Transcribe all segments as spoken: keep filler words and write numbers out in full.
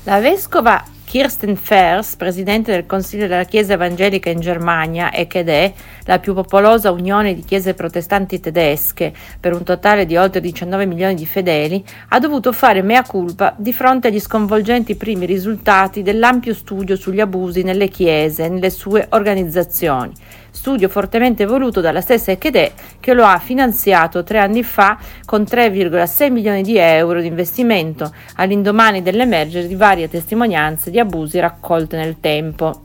La vescova Kirsten Fers, presidente del Consiglio della Chiesa Evangelica in Germania, e che è la più popolosa unione di chiese protestanti tedesche, per un totale di oltre diciannove milioni di fedeli, ha dovuto fare mea culpa di fronte agli sconvolgenti primi risultati dell'ampio studio sugli abusi nelle chiese e nelle sue organizzazioni. Studio fortemente voluto dalla stessa Echedè, che lo ha finanziato tre anni fa con tre virgola sei milioni di euro di investimento, all'indomani dell'emergere di varie testimonianze di abusi raccolte nel tempo.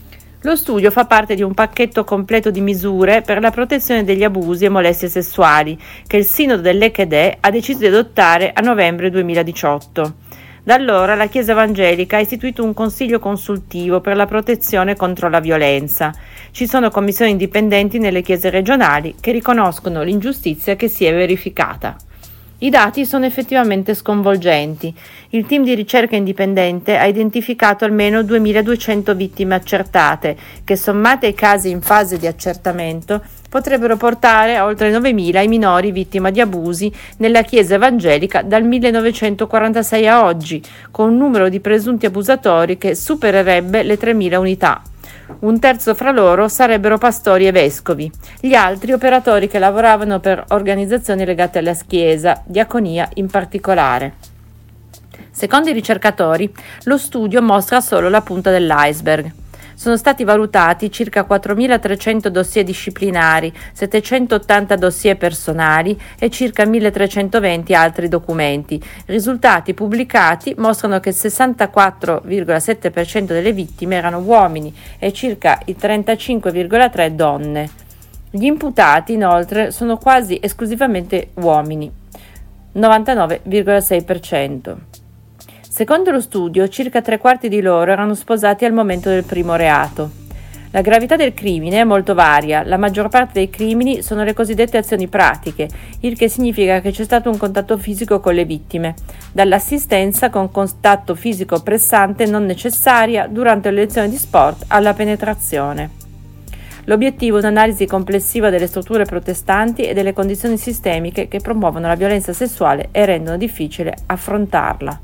Lo studio fa parte di un pacchetto completo di misure per la protezione degli abusi e molestie sessuali che il Sinodo dell'Echedè ha deciso di adottare a novembre duemiladiciotto. Da allora la Chiesa Evangelica ha istituito un consiglio consultivo per la protezione contro la violenza. Ci sono commissioni indipendenti nelle chiese regionali che riconoscono l'ingiustizia che si è verificata. I dati sono effettivamente sconvolgenti. Il team di ricerca indipendente ha identificato almeno duemiladuecento vittime accertate, che sommate ai casi in fase di accertamento potrebbero portare a oltre novemila i minori vittima di abusi nella Chiesa Evangelica dal millenovecentoquarantasei a oggi, con un numero di presunti abusatori che supererebbe le tremila unità. Un terzo fra loro sarebbero pastori e vescovi, gli altri operatori che lavoravano per organizzazioni legate alla Chiesa, diaconia in particolare. Secondo i ricercatori, lo studio mostra solo la punta dell'iceberg. Sono stati valutati circa quattromilatrecento dossier disciplinari, settecentottanta dossier personali e circa milletrecentoventi altri documenti. I risultati pubblicati mostrano che il sessantaquattro virgola sette per cento delle vittime erano uomini e circa il trentacinque virgola tre per cento donne. Gli imputati, inoltre, sono quasi esclusivamente uomini, novantanove virgola sei per cento. Secondo lo studio, circa tre quarti di loro erano sposati al momento del primo reato. La gravità del crimine è molto varia, la maggior parte dei crimini sono le cosiddette azioni pratiche, il che significa che c'è stato un contatto fisico con le vittime, dall'assistenza con contatto fisico pressante non necessaria durante le lezioni di sport alla penetrazione. L'obiettivo è un'analisi complessiva delle strutture protestanti e delle condizioni sistemiche che promuovono la violenza sessuale e rendono difficile affrontarla.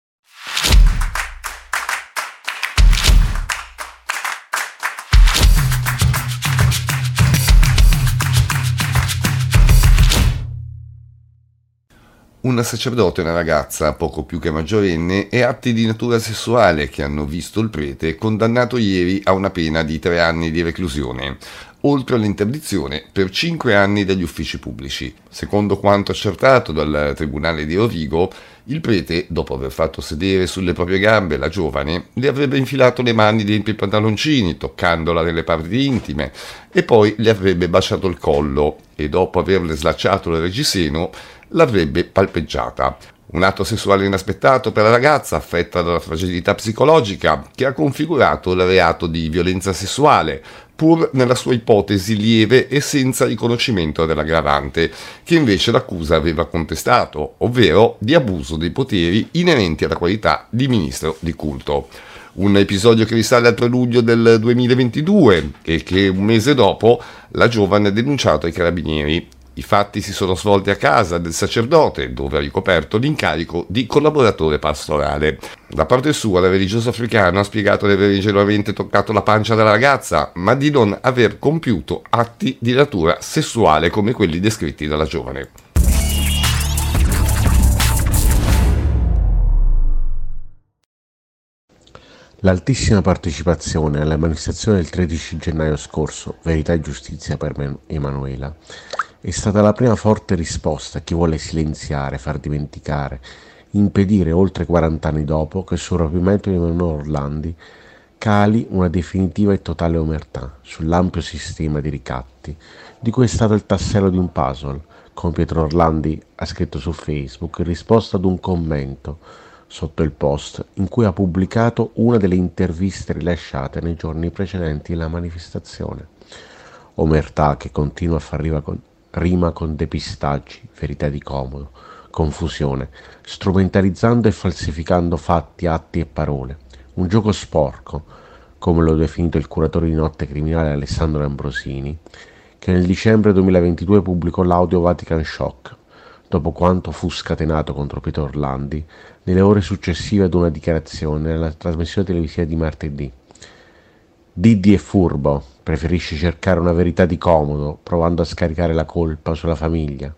Un sacerdote e una ragazza, poco più che maggiorenne, e atti di natura sessuale che hanno visto il prete condannato ieri a una pena di tre anni di reclusione, oltre all'interdizione per cinque anni dagli uffici pubblici. Secondo quanto accertato dal Tribunale di Rovigo, il prete, dopo aver fatto sedere sulle proprie gambe la giovane, le avrebbe infilato le mani dentro i pantaloncini, toccandola nelle parti intime, e poi le avrebbe baciato il collo e, dopo averle slacciato il reggiseno, l'avrebbe palpeggiata. Un atto sessuale inaspettato per la ragazza affetta dalla fragilità psicologica che ha configurato il reato di violenza sessuale, pur nella sua ipotesi lieve e senza riconoscimento dell'aggravante, che invece l'accusa aveva contestato, ovvero di abuso dei poteri inerenti alla qualità di ministro di culto. Un episodio che risale al tre luglio del duemilaventidue e che un mese dopo la giovane ha denunciato ai carabinieri. I fatti si sono svolti a casa del sacerdote, dove ha ricoperto l'incarico di collaboratore pastorale. Da parte sua, il religioso africano ha spiegato di aver ingenuamente toccato la pancia della ragazza, ma di non aver compiuto atti di natura sessuale come quelli descritti dalla giovane. L'altissima partecipazione alla manifestazione del tredici gennaio scorso, Verità e Giustizia per Emanuela, è stata la prima forte risposta a chi vuole silenziare, far dimenticare, impedire oltre quaranta anni dopo che sul rapimento di Emanuela Orlandi cali una definitiva e totale omertà sull'ampio sistema di ricatti di cui è stato il tassello di un puzzle, come Pietro Orlandi ha scritto su Facebook in risposta ad un commento sotto il post in cui ha pubblicato una delle interviste rilasciate nei giorni precedenti alla manifestazione. Omertà che continua a far rima con, rima con depistaggi, verità di comodo, confusione, strumentalizzando e falsificando fatti, atti e parole. Un gioco sporco, come lo ha definito il curatore di Notte Criminale Alessandro Ambrosini, che nel dicembre duemilaventidue pubblicò l'audio Vatican Shock, dopo quanto fu scatenato contro Pietro Orlandi nelle ore successive ad una dichiarazione nella trasmissione televisiva di martedì. Diddy è furbo, preferisce cercare una verità di comodo, provando a scaricare la colpa sulla famiglia.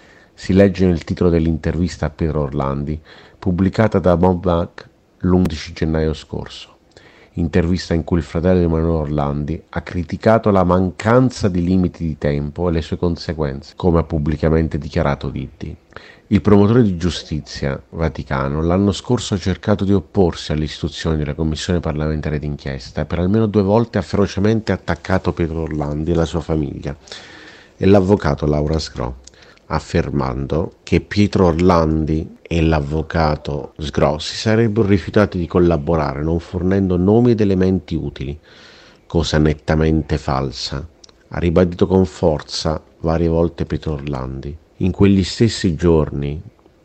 Si legge nel titolo dell'intervista a Pietro Orlandi, pubblicata da Bob Mac l'undici gennaio scorso. Intervista in cui il fratello di Emanuele Orlandi ha criticato la mancanza di limiti di tempo e le sue conseguenze, come ha pubblicamente dichiarato Diddy. Il promotore di giustizia Vaticano l'anno scorso ha cercato di opporsi all'istituzione della commissione parlamentare d'inchiesta e per almeno due volte ha ferocemente attaccato Pietro Orlandi e la sua famiglia e l'avvocato Laura Sgro, affermando che Pietro Orlandi e l'avvocato Sgro si sarebbero rifiutati di collaborare non fornendo nomi ed elementi utili, cosa nettamente falsa. Ha ribadito con forza varie volte Pietro Orlandi. In quegli stessi giorni,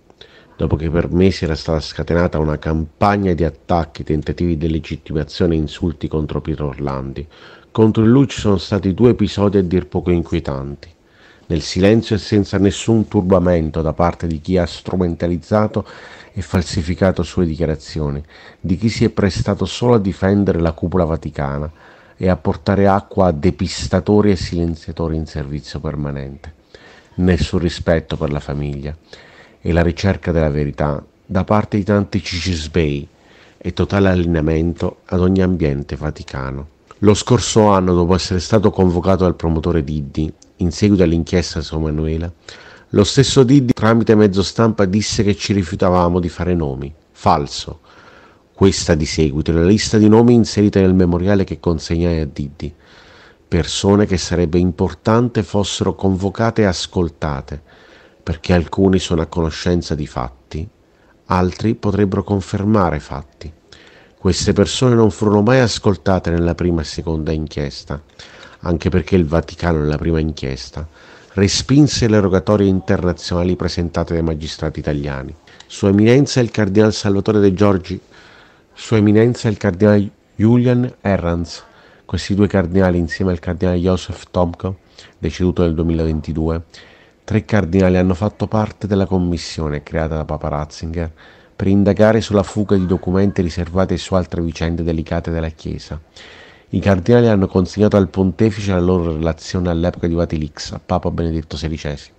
dopo che per mesi era stata scatenata una campagna di attacchi, tentativi di legittimazione e insulti contro Pietro Orlandi, contro di lui ci sono stati due episodi a dir poco inquietanti. Nel silenzio e senza nessun turbamento da parte di chi ha strumentalizzato e falsificato sue dichiarazioni, di chi si è prestato solo a difendere la cupola vaticana e a portare acqua a depistatori e silenziatori in servizio permanente. Nessun rispetto per la famiglia e la ricerca della verità da parte di tanti cicisbei e totale allineamento ad ogni ambiente vaticano. Lo scorso anno, dopo essere stato convocato dal promotore Diddy in seguito all'inchiesta su Emanuela, lo stesso Diddy tramite mezzo stampa disse che ci rifiutavamo di fare nomi. Falso. Questa di seguito è la lista di nomi inserita nel memoriale che consegnai a Diddy. Persone che sarebbe importante fossero convocate e ascoltate, perché alcuni sono a conoscenza di fatti, altri potrebbero confermare fatti. Queste persone non furono mai ascoltate nella prima e seconda inchiesta, anche perché il Vaticano nella prima inchiesta respinse le rogatorie internazionali presentate dai magistrati italiani. Sua Eminenza il Cardinale Salvatore De Giorgi, Sua Eminenza il Cardinale Julian Herranz. Questi due cardinali, insieme al cardinale Joseph Tomko, deceduto nel duemilaventidue, tre cardinali hanno fatto parte della commissione creata da Papa Ratzinger per indagare sulla fuga di documenti riservati e su altre vicende delicate della Chiesa. I cardinali hanno consegnato al pontefice la loro relazione all'epoca di Vatilix a Papa Benedetto sedicesimo.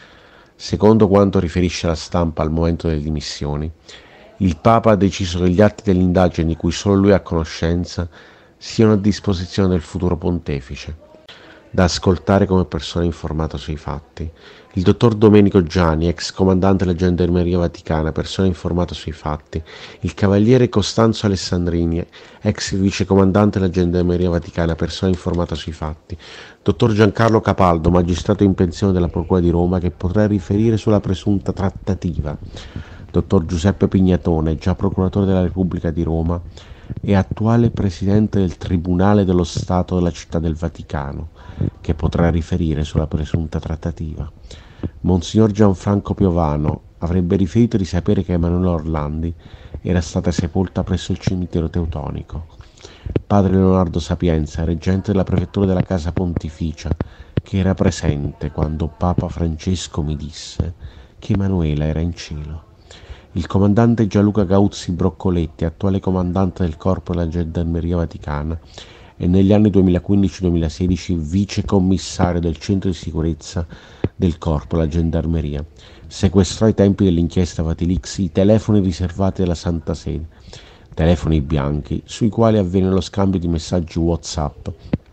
Secondo quanto riferisce la stampa al momento delle dimissioni, il Papa ha deciso che gli atti dell'indagine di cui solo lui ha conoscenza siano a disposizione del futuro pontefice, da ascoltare come persona informata sui fatti. Il dottor Domenico Gianni, ex comandante della Gendarmeria Vaticana, persona informata sui fatti. Il cavaliere Costanzo Alessandrini, ex vicecomandante della Gendarmeria Vaticana, persona informata sui fatti. Dottor Giancarlo Capaldo, magistrato in pensione della Procura di Roma, che potrà riferire sulla presunta trattativa. Dottor Giuseppe Pignatone, già procuratore della Repubblica di Roma e attuale presidente del Tribunale dello Stato della Città del Vaticano, che potrà riferire sulla presunta trattativa. Monsignor Gianfranco Piovano avrebbe riferito di sapere che Emanuela Orlandi era stata sepolta presso il cimitero teutonico. Padre Leonardo Sapienza, reggente della prefettura della Casa Pontificia, che era presente quando Papa Francesco mi disse che Emanuela era in cielo. Il comandante Gianluca Gauzzi Broccoletti, attuale comandante del Corpo della Gendarmeria Vaticana e negli anni duemilaquindici duemilasedici vice commissario del centro di sicurezza del Corpo della Gendarmeria, sequestrò ai tempi dell'inchiesta Vatilix i telefoni riservati della Santa Sede, telefoni bianchi sui quali avvenne lo scambio di messaggi WhatsApp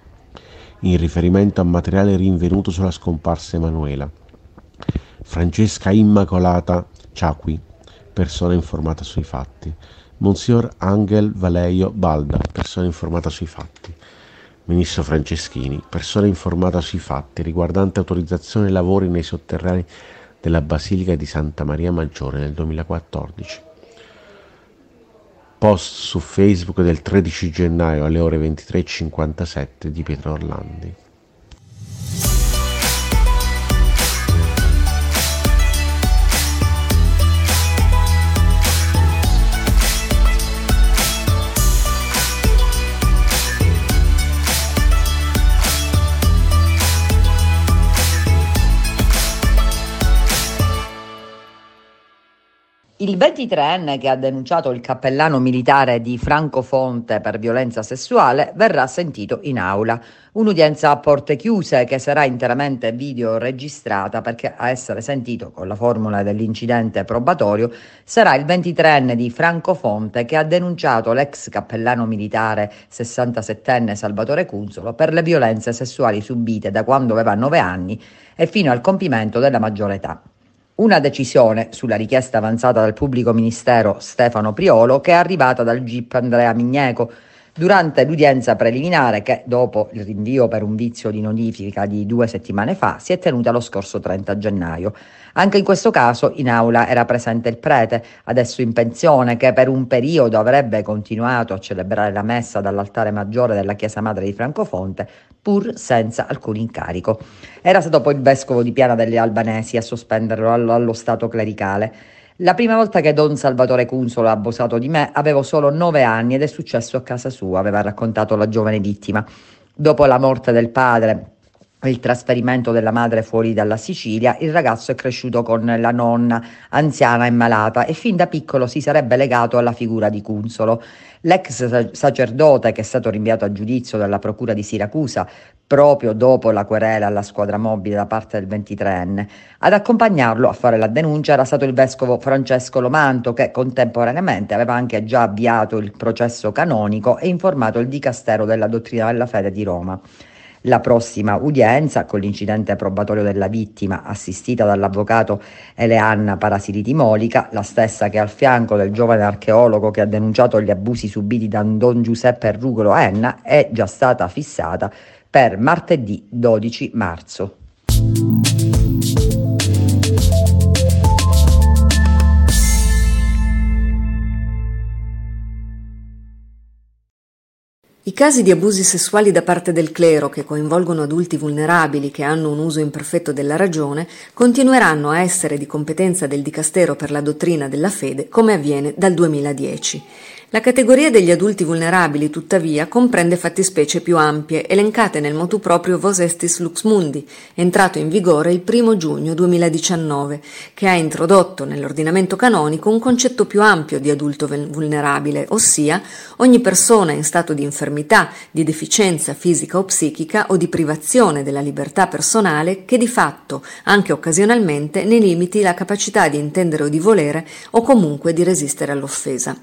in riferimento a materiale rinvenuto sulla scomparsa Emanuela. Francesca Immacolata Ciacqui, persona informata sui fatti. Monsignor Angel Valeio Balda, persona informata sui fatti. Ministro Franceschini, persona informata sui fatti riguardante autorizzazione ai lavori nei sotterranei della Basilica di Santa Maria Maggiore nel duemilaquattordici. Post su Facebook del tredici gennaio alle ore ventitré e cinquantasette di Pietro Orlandi. Il ventitreenne che ha denunciato il cappellano militare di Francofonte per violenza sessuale verrà sentito in aula. Un'udienza a porte chiuse che sarà interamente videoregistrata, perché a essere sentito con la formula dell'incidente probatorio sarà il ventitreenne di Francofonte che ha denunciato l'ex cappellano militare sessantasettenne Salvatore Cunzolo per le violenze sessuali subite da quando aveva nove anni e fino al compimento della maggiore età. Una decisione sulla richiesta avanzata dal pubblico ministero Stefano Priolo, che è arrivata dal G I P Andrea Migneco durante l'udienza preliminare che, dopo il rinvio per un vizio di notifica di due settimane fa, si è tenuta lo scorso trenta gennaio. Anche in questo caso in aula era presente il prete, adesso in pensione, che per un periodo avrebbe continuato a celebrare la messa dall'altare maggiore della Chiesa Madre di Francofonte, pur senza alcun incarico. Era stato poi il vescovo di Piana delle Albanesi a sospenderlo allo, allo stato clericale. La prima volta che Don Salvatore Cunzolo ha abusato di me avevo solo nove anni ed è successo a casa sua, aveva raccontato la giovane vittima. Dopo la morte del padre e il trasferimento della madre fuori dalla Sicilia, il ragazzo è cresciuto con la nonna anziana e malata e fin da piccolo si sarebbe legato alla figura di Cunzolo. L'ex sacerdote, che è stato rinviato a giudizio dalla procura di Siracusa proprio dopo la querela alla squadra mobile da parte del ventitreenne, ad accompagnarlo a fare la denuncia era stato il vescovo Francesco Lomanto, che contemporaneamente aveva anche già avviato il processo canonico e informato il dicastero della dottrina della fede di Roma. La prossima udienza, con l'incidente probatorio della vittima, assistita dall'avvocato Eleanna Parasiliti Molica, la stessa che è al fianco del giovane archeologo che ha denunciato gli abusi subiti da Don Giuseppe Rugolo Enna, è già stata fissata per martedì dodici marzo. I casi di abusi sessuali da parte del clero che coinvolgono adulti vulnerabili che hanno un uso imperfetto della ragione continueranno a essere di competenza del Dicastero per la dottrina della fede, come avviene dal duemiladieci. La categoria degli adulti vulnerabili, tuttavia, comprende fattispecie più ampie, elencate nel motu proprio Vos Estis Lux Mundi, entrato in vigore il primo giugno duemiladiciannove, che ha introdotto nell'ordinamento canonico un concetto più ampio di adulto vulnerabile, ossia ogni persona in stato di infermità, di deficienza fisica o psichica o di privazione della libertà personale che di fatto, anche occasionalmente, ne limiti la capacità di intendere o di volere o comunque di resistere all'offesa.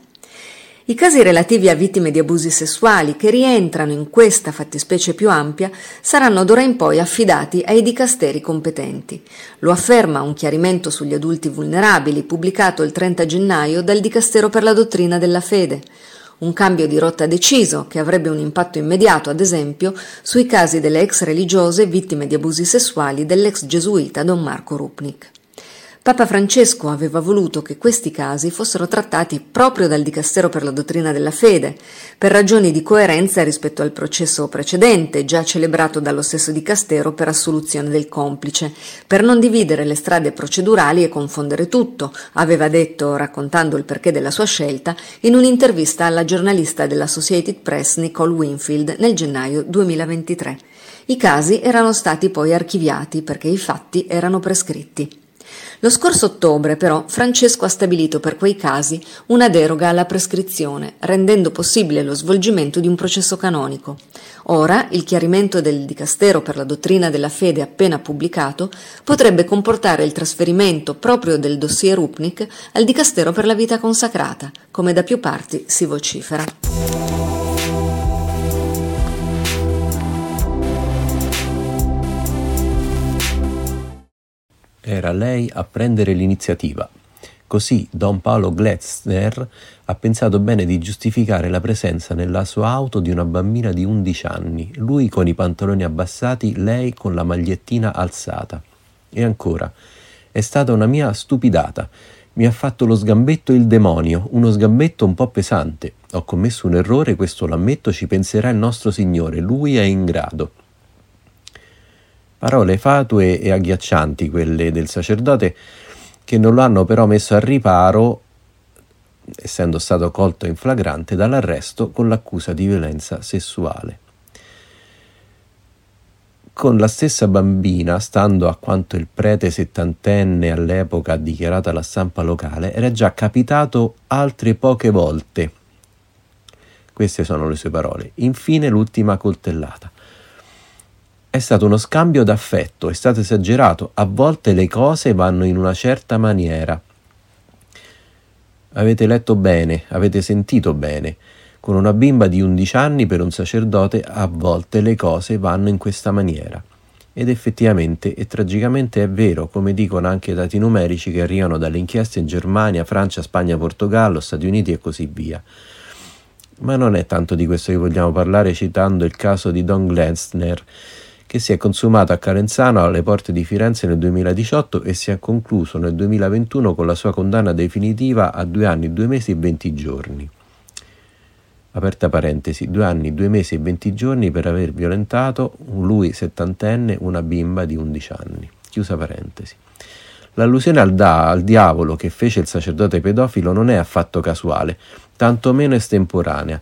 I casi relativi a vittime di abusi sessuali che rientrano in questa fattispecie più ampia saranno d'ora in poi affidati ai dicasteri competenti. Lo afferma un chiarimento sugli adulti vulnerabili pubblicato il trenta gennaio dal Dicastero per la dottrina della fede. Un cambio di rotta deciso che avrebbe un impatto immediato, ad esempio, sui casi delle ex religiose vittime di abusi sessuali dell'ex gesuita Don Marco Rupnik. Papa Francesco aveva voluto che questi casi fossero trattati proprio dal Dicastero per la dottrina della fede, per ragioni di coerenza rispetto al processo precedente, già celebrato dallo stesso Dicastero per assoluzione del complice, per non dividere le strade procedurali e confondere tutto, aveva detto, raccontando il perché della sua scelta, in un'intervista alla giornalista dell'Associated Press Nicole Winfield nel gennaio duemilaventitré. I casi erano stati poi archiviati perché i fatti erano prescritti. Lo scorso ottobre, però, Francesco ha stabilito per quei casi una deroga alla prescrizione, rendendo possibile lo svolgimento di un processo canonico. Ora, il chiarimento del Dicastero per la dottrina della fede appena pubblicato potrebbe comportare il trasferimento proprio del dossier Rupnik al Dicastero per la vita consacrata, come da più parti si vocifera. Era lei a prendere l'iniziativa. Così Don Paolo Gletzner ha pensato bene di giustificare la presenza nella sua auto di una bambina di undici anni, lui con i pantaloni abbassati, lei con la magliettina alzata. E ancora, è stata una mia stupidata. Mi ha fatto lo sgambetto il demonio, uno sgambetto un po' pesante. Ho commesso un errore, questo l'ammetto, ci penserà il nostro Signore, Lui è in grado. Parole fatue e agghiaccianti quelle del sacerdote, che non lo hanno però messo al riparo, essendo stato colto in flagrante, dall'arresto con l'accusa di violenza sessuale. con la stessa bambina, stando a quanto il prete settantenne all'epoca ha dichiarato alla stampa locale, era già capitato altre poche volte. Queste sono le sue parole. Infine l'ultima coltellata. È stato uno scambio d'affetto, è stato esagerato, a volte le cose vanno in una certa maniera. Avete letto bene, avete sentito bene. Con una bimba di undici anni per un sacerdote a volte le cose vanno in questa maniera. Ed effettivamente e tragicamente è vero, come dicono anche i dati numerici che arrivano dalle inchieste in Germania, Francia, Spagna, Portogallo, Stati Uniti e così via. Ma non è tanto di questo che vogliamo parlare citando il caso di Don Glenzner, che si è consumato a Calenzano alle porte di Firenze nel duemiladiciotto e si è concluso nel duemilaventuno con la sua condanna definitiva a due anni, due mesi e venti giorni. Aperta parentesi, due anni, due mesi e venti giorni per aver violentato un lui settantenne, una bimba di undici anni. Chiusa parentesi. L'allusione al, da, al diavolo che fece il sacerdote pedofilo non è affatto casuale, tantomeno estemporanea.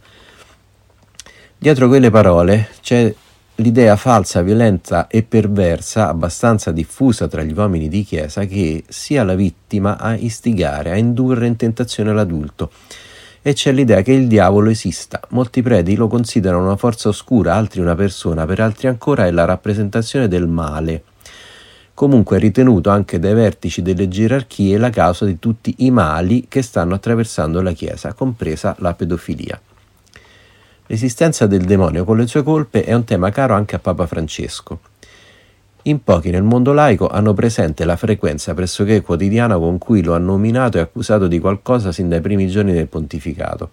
Dietro quelle parole c'è l'idea falsa, violenta e perversa, abbastanza diffusa tra gli uomini di chiesa, che sia la vittima a istigare, a indurre in tentazione l'adulto. E c'è l'idea che il diavolo esista. Molti preti lo considerano una forza oscura, altri una persona, per altri ancora è la rappresentazione del male. Comunque è ritenuto anche dai vertici delle gerarchie la causa di tutti i mali che stanno attraversando la Chiesa, compresa la pedofilia. L'esistenza del demonio con le sue colpe è un tema caro anche a Papa Francesco. In pochi nel mondo laico hanno presente la frequenza pressoché quotidiana con cui lo ha nominato e accusato di qualcosa sin dai primi giorni del pontificato.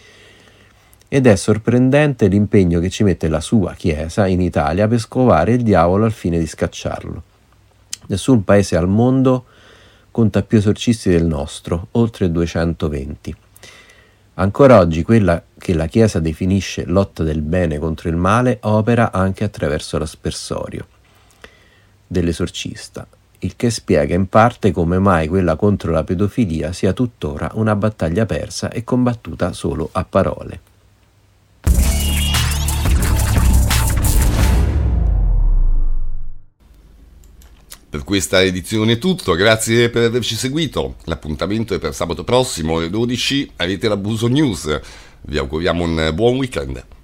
Ed è sorprendente l'impegno che ci mette la sua Chiesa in Italia per scovare il diavolo al fine di scacciarlo. Nessun paese al mondo conta più esorcisti del nostro, oltre duecentoventi. Ancora oggi quella che la Chiesa definisce lotta del bene contro il male opera anche attraverso l'aspersorio dell'esorcista, il che spiega in parte come mai quella contro la pedofilia sia tuttora una battaglia persa e combattuta solo a parole. Per questa edizione è tutto, grazie per averci seguito. L'appuntamento è per sabato prossimo alle dodici, avete l'Abuso News. Vi auguriamo un buon weekend.